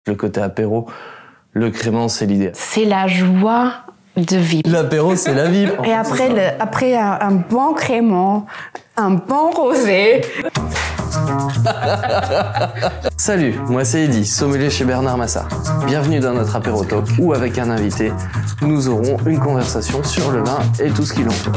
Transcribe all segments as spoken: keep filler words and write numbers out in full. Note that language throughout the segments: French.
Le côté apéro, le crément, c'est l'idéal. C'est la joie de vivre. L'apéro, c'est la vie. Et après, le, après un, un bon crément, un bon rosé. Salut, moi c'est Eddy, sommelier chez Bernard Massart. Bienvenue dans notre apéro talk où avec un invité, nous aurons une conversation sur le vin et tout ce qui l'entoure.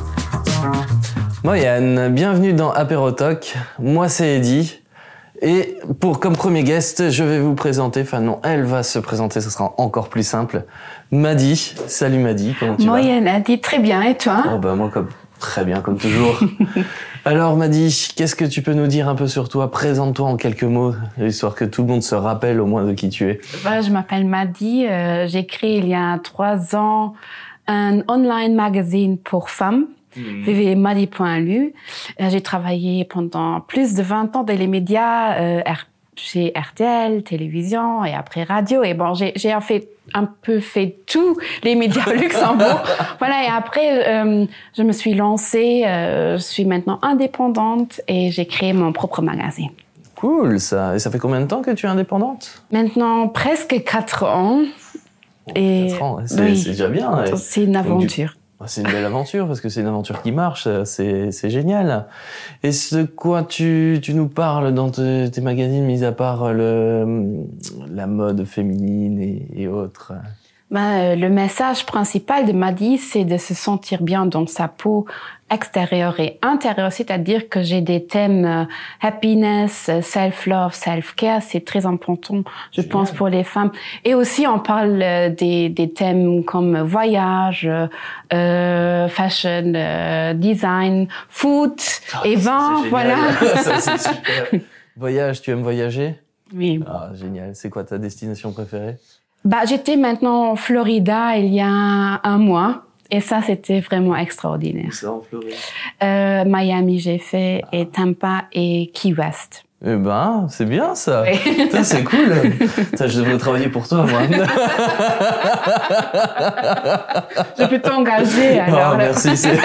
Moi Yann, bienvenue dans Apéro Talk. Moi c'est Eddy. Et pour comme premier guest, je vais vous présenter, enfin non, elle va se présenter, ce sera encore plus simple. Madi, salut Madi, comment tu moi, vas? Moi Yann, Eddy, très bien, et toi? Oh bah moi comme très bien, comme toujours. Alors Madi, qu'est-ce que tu peux nous dire un peu sur toi? Présente-toi en quelques mots, histoire que tout le monde se rappelle au moins de qui tu es. Bah, je m'appelle Madi, euh, j'ai créé il y a trois ans un online magazine pour femmes. Mmh. w w w point madi point l u. J'ai travaillé pendant plus de vingt ans dans les médias, euh, chez R T L, télévision et après radio. Et bon, j'ai, j'ai en fait un peu fait tous les médias au Luxembourg. Voilà. Et après, euh, je me suis lancée. Euh, je suis maintenant indépendante et j'ai créé mon propre magazine. Cool, ça. Et ça fait combien de temps que tu es indépendante? Maintenant, presque quatre ans. Et quatre ans, c'est, oui, c'est déjà bien. C'est une aventure. C'est une belle aventure parce que c'est une aventure qui marche, c'est, c'est génial. Et de quoi tu, tu nous parles dans te, tes magazines, mis à part le, la mode féminine et, et autres? Ben, le message principal de Madi, c'est de se sentir bien dans sa peau extérieure et intérieure, c'est-à-dire que j'ai des thèmes euh, happiness, self-love, self-care, c'est très important, je Génial. pense, pour les femmes. Et aussi, on parle euh, des, des thèmes comme voyage, euh, fashion, euh, design, food ah, et vin, voilà. Ça, c'est super. Voyage, tu aimes voyager? Oui. Ah, génial. C'est quoi ta destination préférée? Bah, j'étais maintenant en Florida il y a un mois. Et ça, c'était vraiment extraordinaire. Où ça, en Floride? euh, Miami, j'ai fait, ah. et Tampa et Key West. Eh ben, c'est bien, ça. Oui. Ça, c'est cool. Ça, je devrais travailler pour toi, moi. Je peux t'engager, alors. Oh, merci. C'est...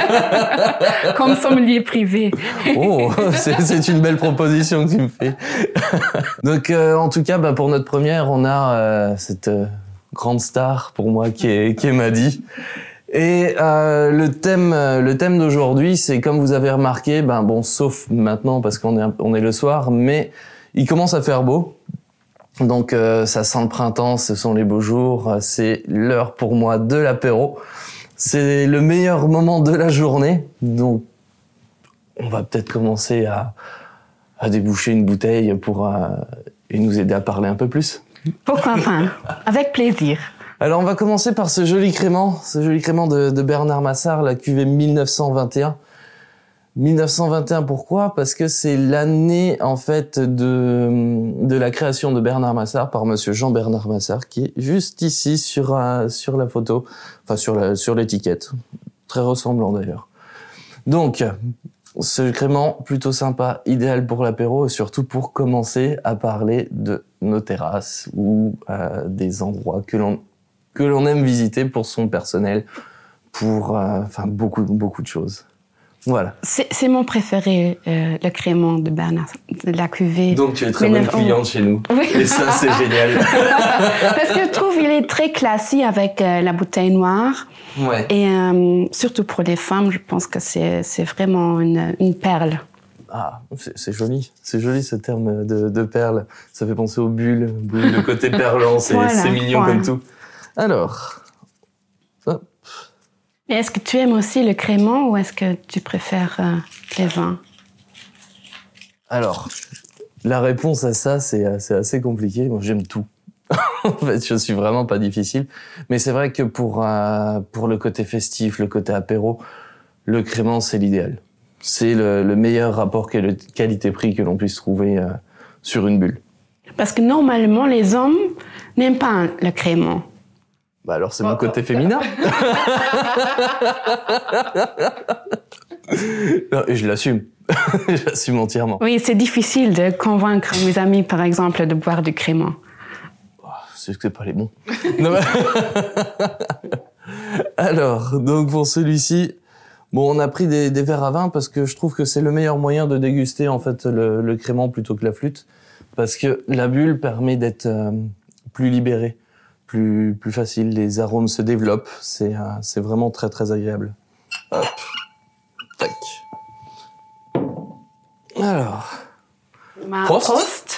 Comme sommelier privé. Oh, c'est, c'est une belle proposition que tu me fais. Donc, euh, en tout cas, bah, pour notre première, on a euh, cette euh, grande star, pour moi, qui est, qui est Madi. Et euh, le thème, le thème d'aujourd'hui, c'est comme vous avez remarqué, ben bon, sauf maintenant parce qu'on est on est le soir, mais il commence à faire beau, donc euh, ça sent le printemps, ce sont les beaux jours, c'est l'heure pour moi de l'apéro, c'est le meilleur moment de la journée, donc on va peut-être commencer à à déboucher une bouteille pour euh, et nous aider à parler un peu plus. Pourquoi pas? Avec plaisir. Alors, on va commencer par ce joli crément, ce joli crément de, de Bernard Massart, la cuvée mille neuf cent vingt et un. mille neuf cent vingt et un, pourquoi? Parce que c'est l'année, en fait, de, de la création de Bernard Massart par monsieur Jean-Bernard Massart, qui est juste ici sur, euh, sur la photo, enfin, sur la, sur l'étiquette. Très ressemblant, d'ailleurs. Donc, ce crément, plutôt sympa, idéal pour l'apéro et surtout pour commencer à parler de nos terrasses ou euh, des endroits que l'on que l'on aime visiter pour son personnel, pour euh, enfin beaucoup beaucoup de choses. Voilà. C'est, c'est mon préféré, euh, le crément de Bernard, de la cuvée. Donc tu es très bonne cliente chez nous. Oui. Et ça c'est génial. Parce que je trouve qu'il est très classique avec euh, la bouteille noire. Ouais. Et euh, surtout pour les femmes, je pense que c'est c'est vraiment une une perle. Ah, c'est, c'est joli, c'est joli ce terme de, de perle. Ça fait penser aux bulles, bulles le côté perlant, c'est, voilà, c'est mignon voilà. Comme tout. Alors, hop. Et est-ce que tu aimes aussi le crément ou est-ce que tu préfères euh, les vins? Alors, la réponse à ça, c'est, c'est assez compliqué. Moi, j'aime tout. En fait, je suis vraiment pas difficile. Mais c'est vrai que pour, euh, pour le côté festif, le côté apéro, le crément, c'est l'idéal. C'est le, le meilleur rapport qualité-prix que l'on puisse trouver euh, sur une bulle. Parce que normalement, les hommes n'aiment pas le crément. Bah alors c'est mon côté féminin. Non, et je l'assume. Je l'assume entièrement. Oui, c'est difficile de convaincre mes amis, par exemple, de boire du crément. Oh, c'est que c'est pas les bons. Non, mais... Alors, donc pour celui-ci, bon, on a pris des, des verres à vin parce que je trouve que c'est le meilleur moyen de déguster en fait le, le crément plutôt que la flûte. parce que la bulle permet d'être euh, plus libéré, plus plus facile. Les arômes se développent. C'est euh, c'est vraiment très très agréable. Hop, tac. Alors, Prost. Prost.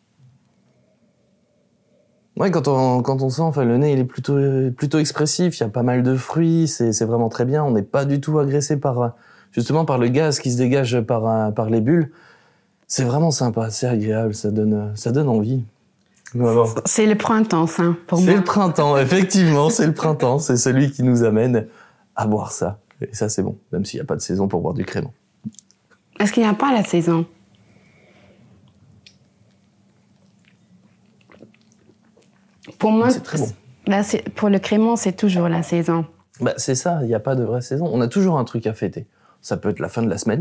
Ouais, quand on quand on sent, enfin le nez il est plutôt plutôt expressif. Il y a pas mal de fruits. C'est c'est vraiment très bien. On n'est pas du tout agressé par justement par le gaz qui se dégage par par les bulles. C'est vraiment sympa, c'est agréable, ça donne ça donne envie. Vraiment. C'est le printemps, ça, pour moi. C'est le printemps, effectivement, c'est le printemps. C'est celui qui nous amène à boire ça. Et ça, c'est bon, même s'il n'y a pas de saison pour boire du crémant. Est-ce qu'il n'y a pas la saison? Pour moi, c'est très bon. Là, c'est, pour le crémant, c'est toujours la saison. Bah, c'est ça, il n'y a pas de vraie saison. On a toujours un truc à fêter. Ça peut être la fin de la semaine,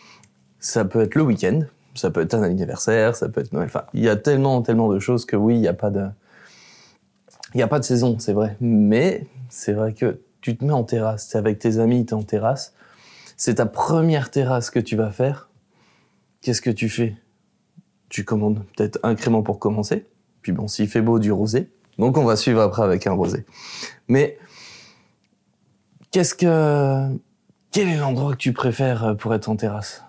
ça peut être le week-end, ça peut être un anniversaire, ça peut être Noël. Enfin, il y a tellement, tellement de choses que oui, il n'y a pas de... Il n'y a pas de saison, c'est vrai. Mais c'est vrai que tu te mets en terrasse, t'es avec tes amis, t'es en terrasse. C'est ta première terrasse que tu vas faire. Qu'est-ce que tu fais? Tu commandes peut-être un crémant pour commencer. Puis bon, s'il fait beau, du rosé. Donc on va suivre après avec un rosé. Mais qu'est-ce que... Quel est l'endroit que tu préfères pour être en terrasse?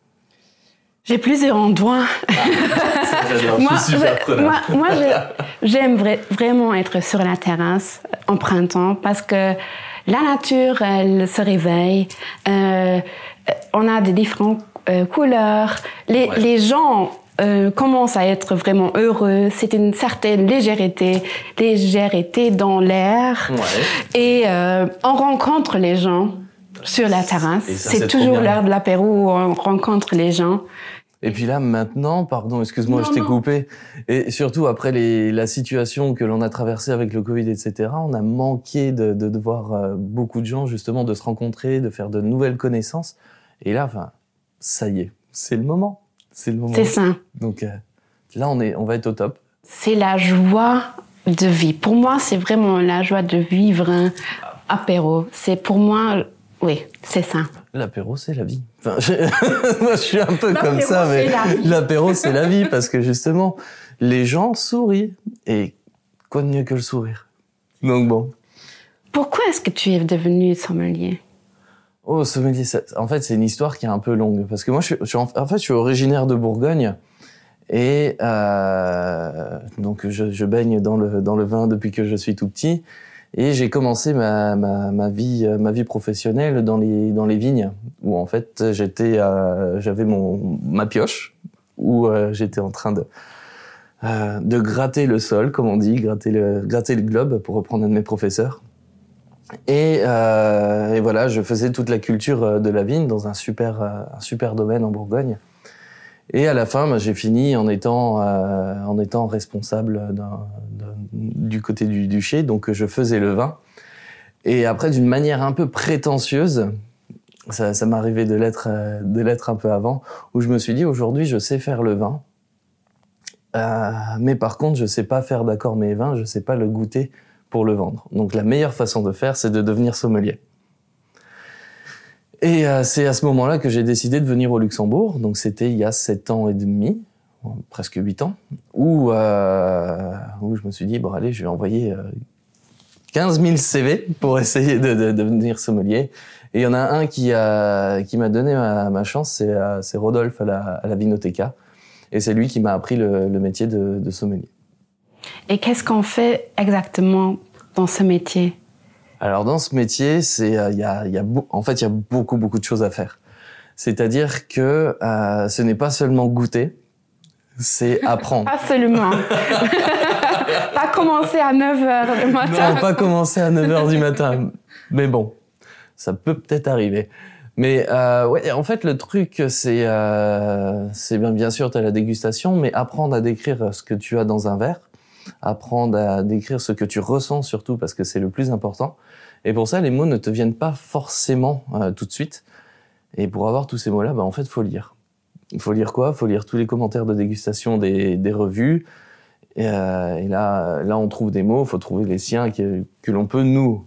J'ai plusieurs endroits. Ah, moi, je suis super preneur. moi, moi je, j'aime vra- vraiment être sur la terrasse en printemps parce que la nature, elle se réveille. Euh, on a des différentes euh, couleurs. Les, ouais. les gens euh, commencent à être vraiment heureux. C'est une certaine légèreté, légèreté dans l'air. Ouais. Et euh, on rencontre les gens sur la terrasse. Ça, c'est, c'est toujours l'heure de l'apéro où on rencontre les gens. Et puis là, maintenant, pardon, excuse-moi, non, je t'ai non. coupé. Et surtout, après les, la situation que l'on a traversée avec le Covid, et cetera, on a manqué de, de, de voir euh, beaucoup de gens, justement, de se rencontrer, de faire de nouvelles connaissances. Et là, enfin, ça y est, c'est le moment. C'est le moment. C'est ça. Donc euh, là, on, est, on va être au top. C'est la joie de vie. Pour moi, c'est vraiment la joie de vivre un apéro. C'est pour moi... Oui, c'est ça. L'apéro, c'est la vie. Enfin, je... Moi, je suis un peu l'apéro, comme ça, mais l'apéro, c'est la vie parce que justement, les gens sourient. Et quoi de mieux que le sourire? Donc bon. Pourquoi est-ce que tu es devenu sommelier? Oh, sommelier, ça... en fait, c'est une histoire qui est un peu longue. Parce que moi, je suis, je suis en... en fait, je suis originaire de Bourgogne. Et euh... donc, je, je baigne dans le, dans le vin depuis que je suis tout petit. Et j'ai commencé ma, ma, ma vie, ma vie professionnelle dans les, dans les vignes, où en fait j'étais, euh, j'avais mon, ma pioche, où euh, j'étais en train de, euh, de gratter le sol, comme on dit, gratter le, gratter le globe, pour reprendre un de mes professeurs. Et, euh, et voilà, je faisais toute la culture de la vigne dans un super, un super domaine en Bourgogne. Et à la fin, bah, j'ai fini en étant, euh, en étant responsable d'un, d'un, du côté du duché, donc je faisais le vin. Et après, d'une manière un peu prétentieuse, ça, ça m'arrivait de l'être, de l'être un peu avant, où je me suis dit, aujourd'hui, je sais faire le vin, euh, mais par contre, je sais pas faire d'accord mes vins, je sais pas le goûter pour le vendre. Donc la meilleure façon de faire, c'est de devenir sommelier. Et euh, c'est à ce moment-là que j'ai décidé de venir au Luxembourg. Donc c'était il y a sept ans et demi, presque huit ans, où euh, où je me suis dit bon allez, je vais envoyer euh, quinze mille C V pour essayer de, de, de devenir sommelier. Et il y en a un qui a qui m'a donné ma, ma chance, c'est euh, c'est Rodolphe à la à la Vinoteca, et c'est lui qui m'a appris le, le métier de, de sommelier. Et qu'est-ce qu'on fait exactement dans ce métier? Alors dans ce métier, c'est il euh, y a il y a en fait il y a beaucoup beaucoup de choses à faire. C'est-à-dire que euh, ce n'est pas seulement goûter, c'est apprendre. Pas seulement. Pas commencer à neuf heures du matin. Non, pas commencer à neuf heures du matin. Mais bon, ça peut peut-être arriver. Mais euh, ouais, en fait le truc c'est euh, c'est bien bien sûr tu as la dégustation, mais apprendre à décrire ce que tu as dans un verre. Apprendre à décrire ce que tu ressens surtout parce que c'est le plus important. Et pour ça, les mots ne te viennent pas forcément euh, tout de suite. Et pour avoir tous ces mots-là, bah, en fait, faut lire. Il faut lire quoi? Il faut lire tous les commentaires de dégustation des, des revues. Et, euh, et là, là, on trouve des mots. Il faut trouver les siens que, que l'on peut nous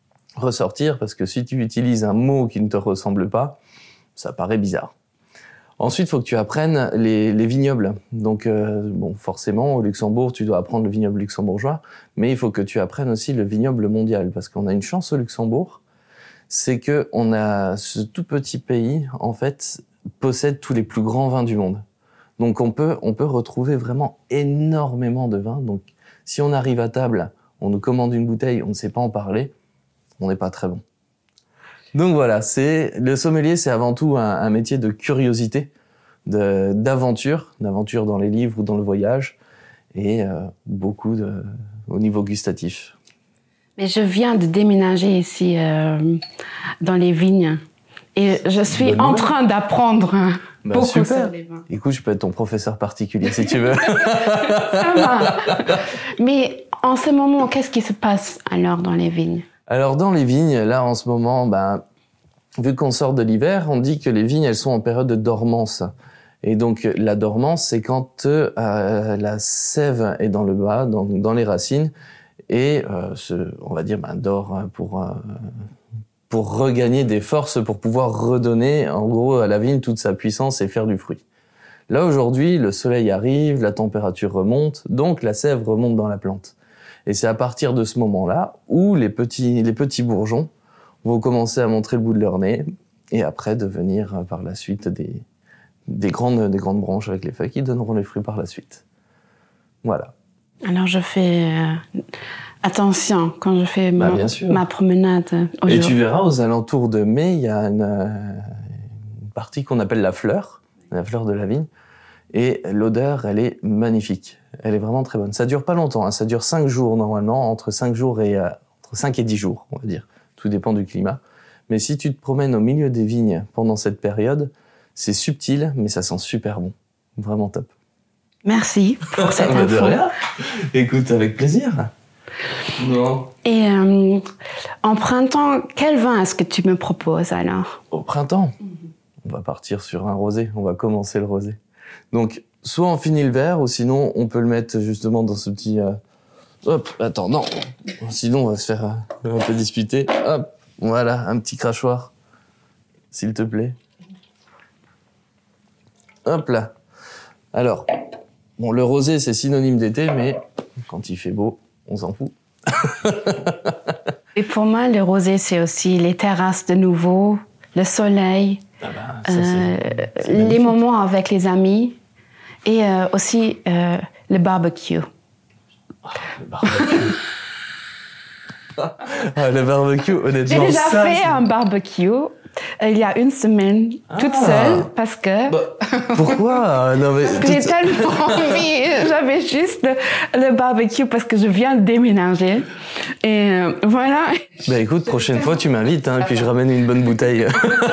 ressortir parce que si tu utilises un mot qui ne te ressemble pas, ça paraît bizarre. Ensuite, il faut que tu apprennes les, les vignobles. Donc, euh, bon, forcément, au Luxembourg, tu dois apprendre le vignoble luxembourgeois, mais il faut que tu apprennes aussi le vignoble mondial, parce qu'on a une chance au Luxembourg, c'est que on a ce tout petit pays, en fait, possède tous les plus grands vins du monde. Donc, on peut, on peut retrouver vraiment énormément de vins. Donc, si on arrive à table, on nous commande une bouteille, on ne sait pas en parler, on n'est pas très bon. Donc voilà, c'est le sommelier, c'est avant tout un, un métier de curiosité, de, d'aventure, d'aventure dans les livres ou dans le voyage, et euh, beaucoup de, au niveau gustatif. Mais je viens de déménager ici euh, dans les vignes, et je suis Bonne en nouvelle. train d'apprendre bah, beaucoup super. sur les vins. Écoute, je peux être ton professeur particulier si tu veux. Ça va. Mais en ce moment, qu'est-ce qui se passe alors dans les vignes? Alors dans les vignes, là en ce moment, ben, vu qu'on sort de l'hiver, on dit que les vignes elles sont en période de dormance. Et donc la dormance, c'est quand euh, la sève est dans le bas, dans, dans les racines, et euh, se, on va dire ben, dort pour euh, pour regagner des forces, pour pouvoir redonner en gros à la vigne toute sa puissance et faire du fruit. Là aujourd'hui, le soleil arrive, la température remonte, donc la sève remonte dans la plante. Et c'est à partir de ce moment-là où les petits, les petits bourgeons vont commencer à montrer le bout de leur nez et après devenir par la suite des, des, grandes, des grandes branches avec les feuilles qui donneront les fruits par la suite. Voilà. Alors je fais euh, attention quand je fais ma, bah, ma promenade. Et tu verras, aux alentours de mai, il y a une, une partie qu'on appelle la fleur, la fleur de la vigne. Et l'odeur, elle est magnifique. Elle est vraiment très bonne. Ça dure pas longtemps, hein. Ça dure cinq jours normalement, entre cinq jours et euh, entre cinq et dix jours, on va dire. Tout dépend du climat. Mais si tu te promènes au milieu des vignes pendant cette période, c'est subtil, mais ça sent super bon. Vraiment top. Merci pour cette info. De rien. Écoute, avec plaisir. Non. Et euh, en printemps, quel vin est-ce que tu me proposes alors? Au printemps, mm-hmm. on va partir sur un rosé. On va commencer le rosé. Donc, soit on finit le verre, ou sinon, on peut le mettre justement dans ce petit... Euh... Hop, attends, non. Sinon, on va se faire euh, un peu disputer. Hop, voilà, un petit crachoir. S'il te plaît. Hop là. Alors, bon, le rosé, c'est synonyme d'été, mais quand il fait beau, on s'en fout. Et pour moi, le rosé, c'est aussi les terrasses de nouveau, le soleil... Ah bah, ça, euh, c'est, c'est les moments avec les amis et euh, aussi euh, le barbecue. Oh, le barbecue. ah, le barbecue, honnêtement. J'ai déjà ça, fait c'est... un barbecue euh, il y a une semaine, ah. toute seule, parce que... Bah, pourquoi non, mais Parce que j'ai tellement envie. J'avais juste le, le barbecue parce que je viens de déménager. Et euh, voilà. Bah écoute, prochaine fois, tu m'invites, hein, et puis je ramène une bonne bouteille.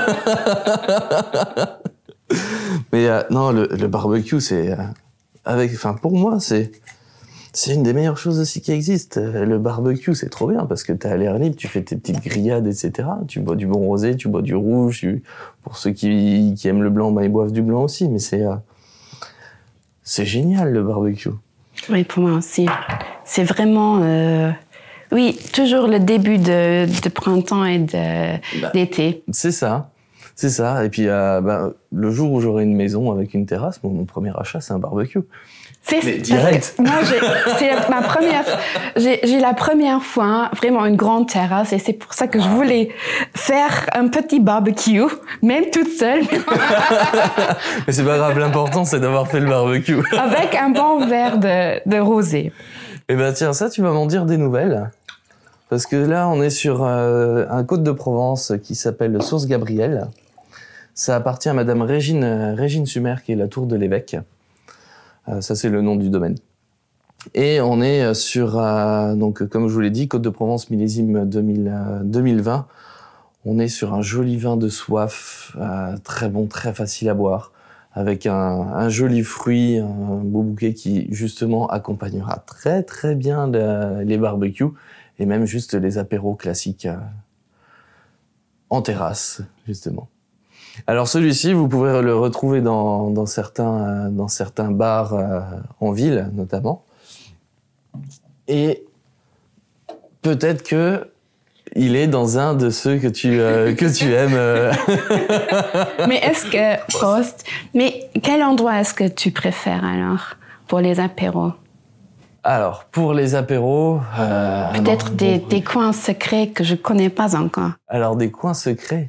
Mais euh, non, le, le barbecue, c'est... Euh, avec, enfin, pour moi, c'est... C'est une des meilleures choses aussi qui existent. Le barbecue, c'est trop bien parce que t'es à l'air libre, tu fais tes petites grillades, et cetera. Tu bois du bon rosé, tu bois du rouge. Tu... Pour ceux qui, qui aiment le blanc, bah, ils boivent du blanc aussi. Mais c'est, euh... c'est génial, le barbecue. Oui, pour moi aussi. C'est vraiment... Euh... Oui, toujours le début de, de printemps et de, bah, d'été. C'est ça. C'est ça. Et puis, euh, bah, le jour où j'aurai une maison avec une terrasse, mon, mon premier achat, c'est un barbecue. C'est mais direct. Moi, j'ai, c'est ma première, j'ai, j'ai la première fois vraiment une grande terrasse et c'est pour ça que je voulais faire un petit barbecue, même toute seule. Mais c'est pas grave, l'important c'est d'avoir fait le barbecue. Avec un bon verre de, de rosé. Eh ben tiens, ça tu vas m'en dire des nouvelles. Parce que là, on est sur euh, un Côte de Provence qui s'appelle le Source Gabriel. Ça appartient à Madame Régine, Régine Sumer, qui est la tour de l'évêque. Euh, ça, c'est le nom du domaine. Et on est sur, euh, donc, comme je vous l'ai dit, Côte de Provence millésime deux mille, euh, deux mille vingt. On est sur un joli vin de soif, euh, très bon, très facile à boire, avec un, un joli fruit, un beau bouquet qui, justement, accompagnera très, très bien le, les barbecues et même juste les apéros classiques euh, en terrasse, justement. Alors celui-ci, vous pouvez le retrouver dans, dans, certains, dans certains bars euh, en ville, notamment. Et peut-être que Il est dans un de ceux que tu euh, que tu aimes. Euh... Mais est-ce que Prost, mais quel endroit est-ce que tu préfères alors pour les apéros? Alors pour les apéros, euh, peut-être non, des, bon, des coins secrets que je connais pas encore. Alors des coins secrets.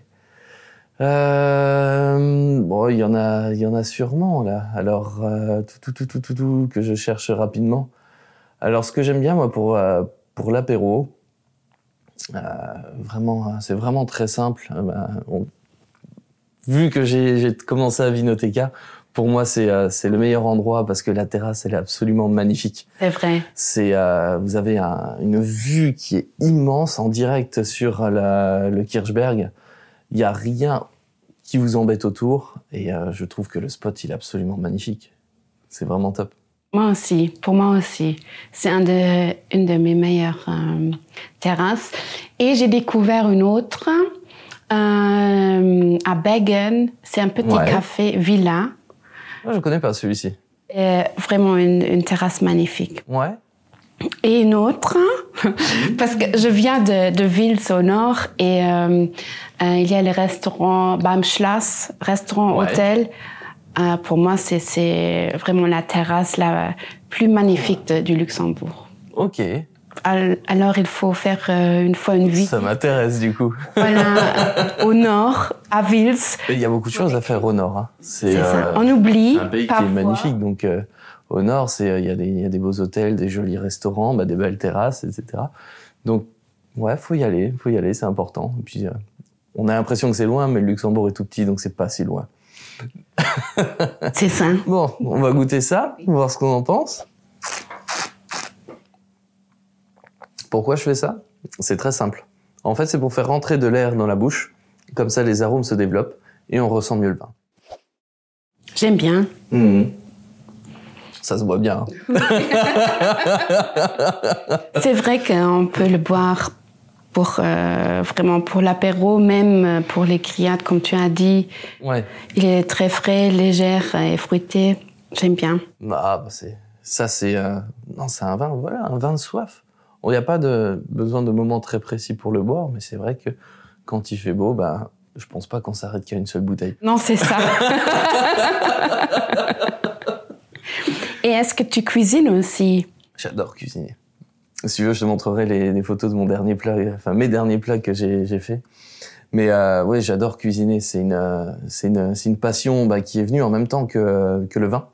Euh, bon, il y en a, il y en a sûrement là. Alors euh, tout, tout, tout, tout, tout, tout, que je cherche rapidement. Alors ce que j'aime bien moi pour euh, pour l'apéro. Euh, vraiment, c'est vraiment très simple. Euh, bah, on... Vu que j'ai, j'ai commencé à Vinoteca, pour moi c'est euh, c'est le meilleur endroit parce que la terrasse elle est absolument magnifique. C'est vrai. C'est euh, vous avez un, une vue qui est immense en direct sur la, le Kirchberg. Il y a rien qui vous embête autour et euh, je trouve que le spot il est absolument magnifique. C'est vraiment top. Moi aussi, pour moi aussi. C'est un de, une de mes meilleures euh, terrasses. Et j'ai découvert une autre euh, à Beggen. C'est un petit ouais. café villa. Ah, je connais pas celui-ci. Et vraiment une, une terrasse magnifique. Ouais. Et une autre, parce que je viens de, de Vils au nord et euh, euh, il y a le restaurant Bamschlass, restaurant ouais. hôtel. Euh, pour moi, c'est, c'est vraiment la terrasse la plus magnifique de, du Luxembourg. Ok. Alors, il faut faire euh, une fois une visite. Ça m'intéresse, du coup. Voilà, euh, au nord, à Vils. Il y a beaucoup de choses à faire au nord. Hein. C'est, c'est ça. Euh, On oublie. Un pays parfois. qui est magnifique. Donc, euh, au nord, c'est il y a des il y a des beaux hôtels, des jolis restaurants, bah, des belles terrasses, et cetera. Donc, ouais, faut y aller, faut y aller, c'est important. Et puis, euh, on a l'impression que c'est loin, mais le Luxembourg est tout petit, donc c'est pas si loin. C'est ça. Bon, on va goûter ça, voir ce qu'on en pense. Pourquoi je fais ça? C'est très simple. En fait, c'est pour faire rentrer de l'air dans la bouche. Comme ça, les arômes se développent et on ressent mieux le vin. J'aime bien. Mmh. Ça se boit bien. C'est vrai qu'on peut le boire pour euh, vraiment pour l'apéro, même pour les criades, comme tu as dit. Ouais. Il est très frais, léger et fruité. J'aime bien. Bah, bah c'est ça, c'est euh, non, c'est un vin, voilà, un vin de soif. Il n'y a pas de besoin de moments très précis pour le boire, mais c'est vrai que quand il fait beau, bah, je pense pas qu'on s'arrête qu'à une seule bouteille. Non, c'est ça. Et est-ce que tu cuisines aussi? J'adore cuisiner. Si tu veux, je te montrerai les, les photos de mon dernier plat, enfin mes derniers plats que j'ai, j'ai fait. Mais euh, ouais, j'adore cuisiner. C'est une, c'est une, c'est une passion bah, qui est venue en même temps que que le vin.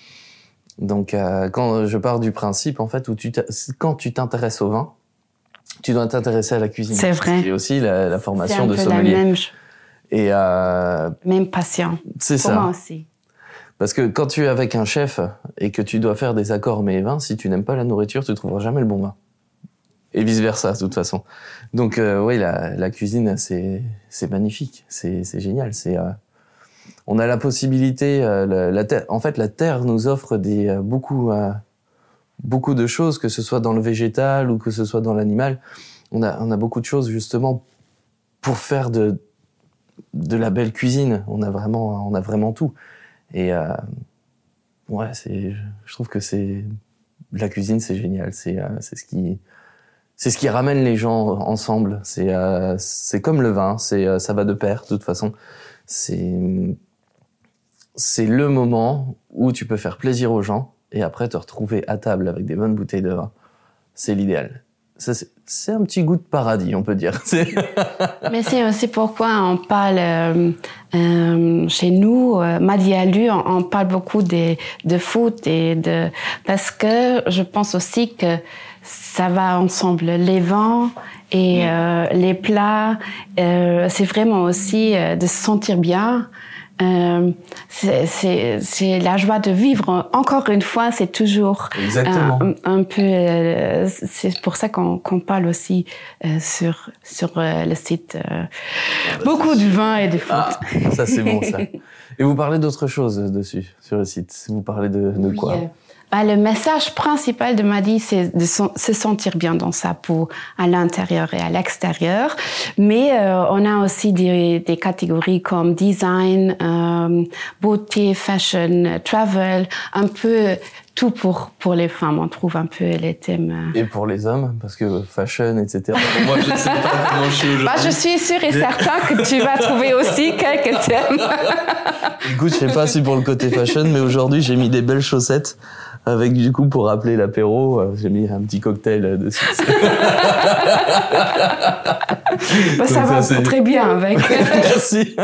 Donc, euh, quand je pars du principe, en fait, où tu quand tu t'intéresses au vin, tu dois t'intéresser à la cuisine. C'est vrai. Et aussi la, la formation de sommelier. sommelier. C'est un peu la même, Et euh, même passion. C'est Pour ça. moi aussi. Parce que quand tu es avec un chef et que tu dois faire des accords mets et vins, si tu n'aimes pas la nourriture, tu trouveras jamais le bon vin. Et vice versa, de toute façon. Donc, euh, oui, la, la cuisine, c'est c'est magnifique, c'est c'est génial. C'est euh, on a la possibilité, euh, la, la terre, en fait, la terre nous offre des euh, beaucoup euh, beaucoup de choses, que ce soit dans le végétal ou que ce soit dans l'animal. On a on a beaucoup de choses justement pour faire de de la belle cuisine. On a vraiment on a vraiment tout. Et euh, ouais, c'est je trouve que c'est la cuisine, c'est génial. C'est euh, c'est ce qui c'est ce qui ramène les gens ensemble. C'est euh, c'est comme le vin, c'est euh, ça va de pair de toute façon. C'est c'est le moment où tu peux faire plaisir aux gens et après te retrouver à table avec des bonnes bouteilles de vin. C'est l'idéal. Ça, c'est, c'est un petit goût de paradis, on peut dire. C'est... Mais c'est aussi pourquoi on parle euh, euh, chez nous, euh, Madi Alu, on, on parle beaucoup des, de foot et de parce que je pense aussi que ça va ensemble, les vins et euh, les plats. Euh, c'est vraiment aussi euh, de se sentir bien. Euh, c'est, c'est, c'est la joie de vivre. Encore une fois, c'est toujours un, un peu. Euh, c'est pour ça qu'on, qu'on parle aussi euh, sur sur euh, le site euh, ah bah beaucoup du vin et du foot. Ah, ça c'est bon ça. Et vous parlez d'autre chose dessus sur le site. Vous parlez de, de oui, quoi? Euh, bah, le message principal de Madi, c'est de son, se sentir bien dans sa peau, à l'intérieur et à l'extérieur. Mais euh, on a aussi des, des catégories comme design, euh, beauté, fashion, travel, un peu tout pour pour les femmes. On trouve un peu les thèmes. Et pour les hommes, parce que fashion, et cetera. Moi, je sais pas comment je suis aujourd'hui. Bah, je suis sûre et certain que tu vas trouver aussi quelques thèmes. Écoute, je sais pas si pour le côté fashion, mais aujourd'hui, j'ai mis des belles chaussettes. Avec, du coup, pour rappeler l'apéro, euh, j'ai mis un petit cocktail euh, dessus. Bah, ça va ça, très bien avec. Merci.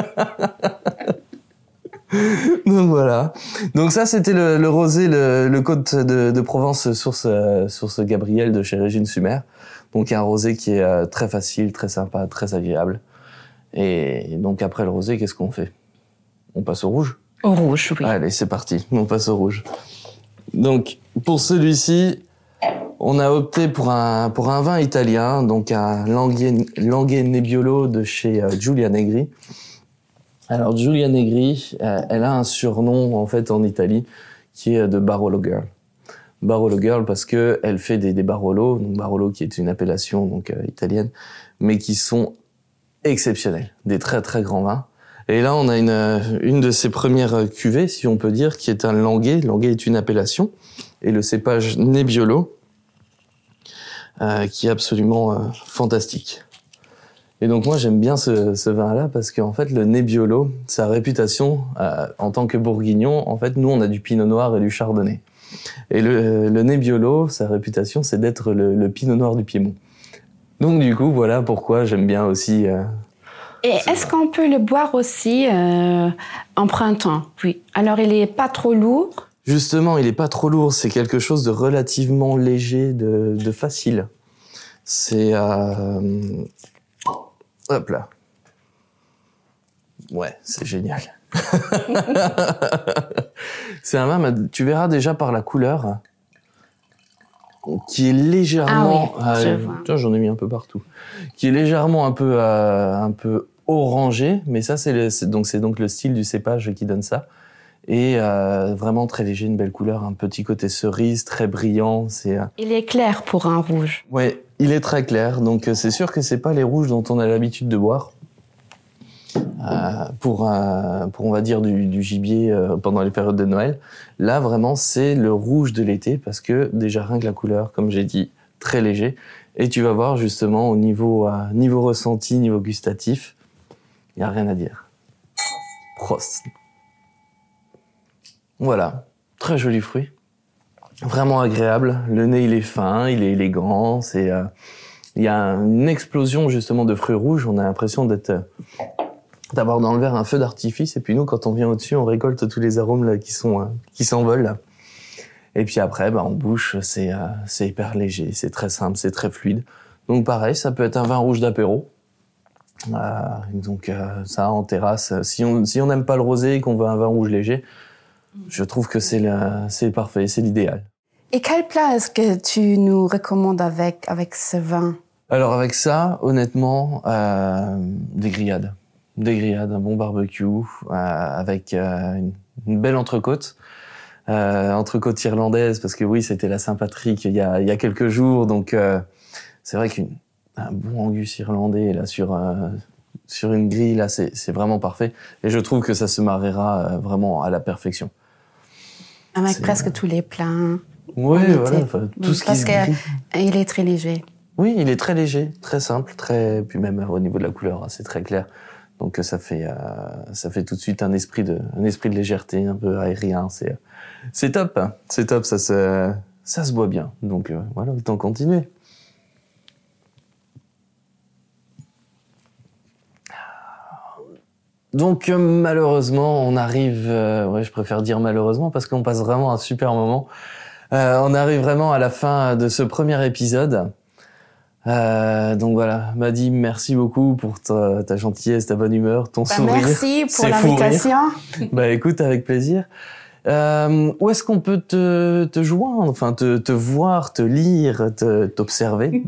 Donc voilà. Donc ça, c'était le, le rosé, le, le Côte de, de Provence source, source Gabriel de chez Régine Sumer. Donc un rosé qui est euh, très facile, très sympa, très agréable. Et donc après le rosé, qu'est-ce qu'on fait? On passe au rouge? Au rouge, oui. Allez, c'est parti. On passe au rouge. Donc, pour celui-ci, on a opté pour un, pour un vin italien, donc un Langhe, Langhe Nebbiolo de chez euh, Giulia Negri. Alors, Giulia Negri, euh, elle a un surnom, en fait, en Italie, qui est de Barolo Girl. Barolo Girl parce que elle fait des, des Barolo, donc Barolo qui est une appellation, donc, euh, italienne, mais qui sont exceptionnels. Des très, très grands vins. Et là, on a une, une de ses premières cuvées, si on peut dire, qui est un Langhe. Langhe est une appellation. Et le cépage Nebbiolo, euh, qui est absolument euh, fantastique. Et donc moi, j'aime bien ce, ce vin-là parce qu'en fait, le Nebbiolo, sa réputation, euh, en tant que bourguignon, en fait, nous, on a du pinot noir et du chardonnay. Et le, le Nebbiolo, sa réputation, c'est d'être le, le pinot noir du Piémont. Donc du coup, voilà pourquoi j'aime bien aussi... Euh, Et est-ce qu'on peut le boire aussi euh, en printemps? Oui. Alors, il est pas trop lourd? Justement, il est pas trop lourd. C'est quelque chose de relativement léger, de, de facile. C'est... Euh... Hop là. Ouais, c'est génial. C'est un vin, tu verras déjà par la couleur, qui est légèrement... Ah oui, je vois. Tiens, j'en ai mis un peu partout. Qui est légèrement un peu, euh, un peu orangé, mais ça, c'est, le, c'est, donc, c'est donc le style du cépage qui donne ça. Et euh, vraiment très léger, une belle couleur, un petit côté cerise, très brillant. C'est, euh... Il est clair pour un rouge. Ouais, il est très clair. Donc euh, c'est sûr que c'est pas les rouges dont on a l'habitude de boire. Euh, pour, euh, pour, on va dire, du, du gibier euh, pendant les périodes de Noël. Là, vraiment, c'est le rouge de l'été parce que déjà, rien que la couleur, comme j'ai dit, très léger. Et tu vas voir, justement, au niveau, euh, niveau ressenti, niveau gustatif, il n'y a rien à dire. Prost. Voilà. Très joli fruit. Vraiment agréable. Le nez, il est fin, il est élégant. C'est, euh, il y a une explosion, justement, de fruits rouges. On a l'impression d'être... Euh, d'avoir dans le verre un feu d'artifice, et puis nous, quand on vient au-dessus, on récolte tous les arômes là qui sont euh, qui s'envolent là. Et puis après, bah en bouche, c'est euh, c'est hyper léger, c'est très simple, c'est très fluide. Donc pareil, ça peut être un vin rouge d'apéro. Euh, donc euh, ça en terrasse, si on si on n'aime pas le rosé et qu'on veut un vin rouge léger, je trouve que c'est le, c'est parfait, c'est l'idéal. Et quel plat est-ce que tu nous recommandes avec avec ce vin? Alors avec ça, honnêtement, euh, des grillades. Des grillades, un bon barbecue, euh, avec euh, une, une belle entrecôte. Euh, entrecôte irlandaise, parce que oui, c'était la Saint-Patrick il y a, il y a quelques jours, donc euh, c'est vrai qu'un bon angus irlandais là sur, euh, sur une grille, là, c'est, c'est vraiment parfait. Et je trouve que ça se mariera euh, vraiment à la perfection. Avec c'est, presque euh... tous les plats. Oui, voilà, enfin, tout oui, ce parce qui se grille. Il est très léger. Oui, il est très léger, très simple, très, puis même au niveau de la couleur, c'est très clair. Donc ça fait euh, ça fait tout de suite un esprit de un esprit de légèreté, un peu aérien. C'est c'est top, hein. C'est top, ça se ça se boit bien. Donc euh, voilà, autant continuer. Donc euh, malheureusement, on arrive. Euh, ouais, je préfère dire malheureusement parce qu'on passe vraiment un super moment. Euh, on arrive vraiment à la fin de ce premier épisode. Euh, donc voilà, Maddy, merci beaucoup pour ta, ta gentillesse, ta bonne humeur, ton bah, sourire. Merci pour l'invitation. Bah écoute, avec plaisir. Euh, où est-ce qu'on peut te, te joindre, enfin te, te voir, te lire, te, t'observer?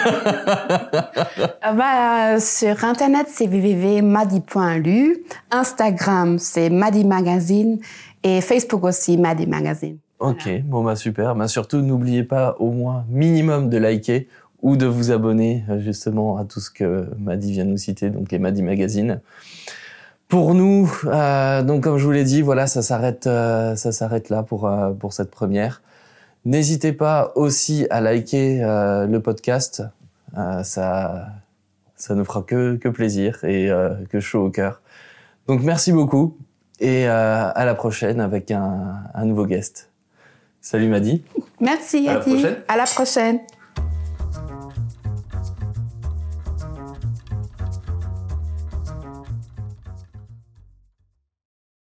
Bah sur internet c'est w w w point maddy point l u, Instagram c'est Maddy Magazine et Facebook aussi Maddy Magazine. Ok, voilà. Bon bah super. Bah surtout n'oubliez pas au moins minimum de liker ou de vous abonner justement à tout ce que Maddy vient de nous citer, donc les Maddy Magazine. Pour nous, euh, donc comme je vous l'ai dit, voilà, ça s'arrête, euh, ça s'arrête là pour euh, pour cette première. N'hésitez pas aussi à liker euh, le podcast. Euh, ça, ça nous fera que, que plaisir et euh, que chaud au cœur. Donc merci beaucoup et euh, à la prochaine avec un, un nouveau guest. Salut Madi. Merci Yadi. À la prochaine. À la prochaine.